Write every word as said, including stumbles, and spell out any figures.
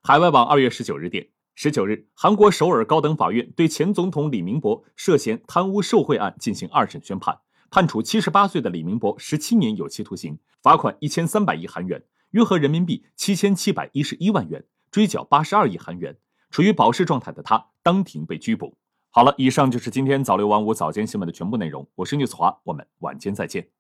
海外网二月十九日电，十九日，韩国首尔高等法院对前总统李明博涉嫌贪污受贿案进行二审宣判，判处七十八岁的李明博十七年有期徒刑，罚款一千三百亿韩元，约合人民币七千七百一十一万元，追缴八十二亿韩元。处于保释状态的他当庭被拘捕。好了，以上就是今天早六晚五早间新闻的全部内容，我是 News 华，我们晚间再见。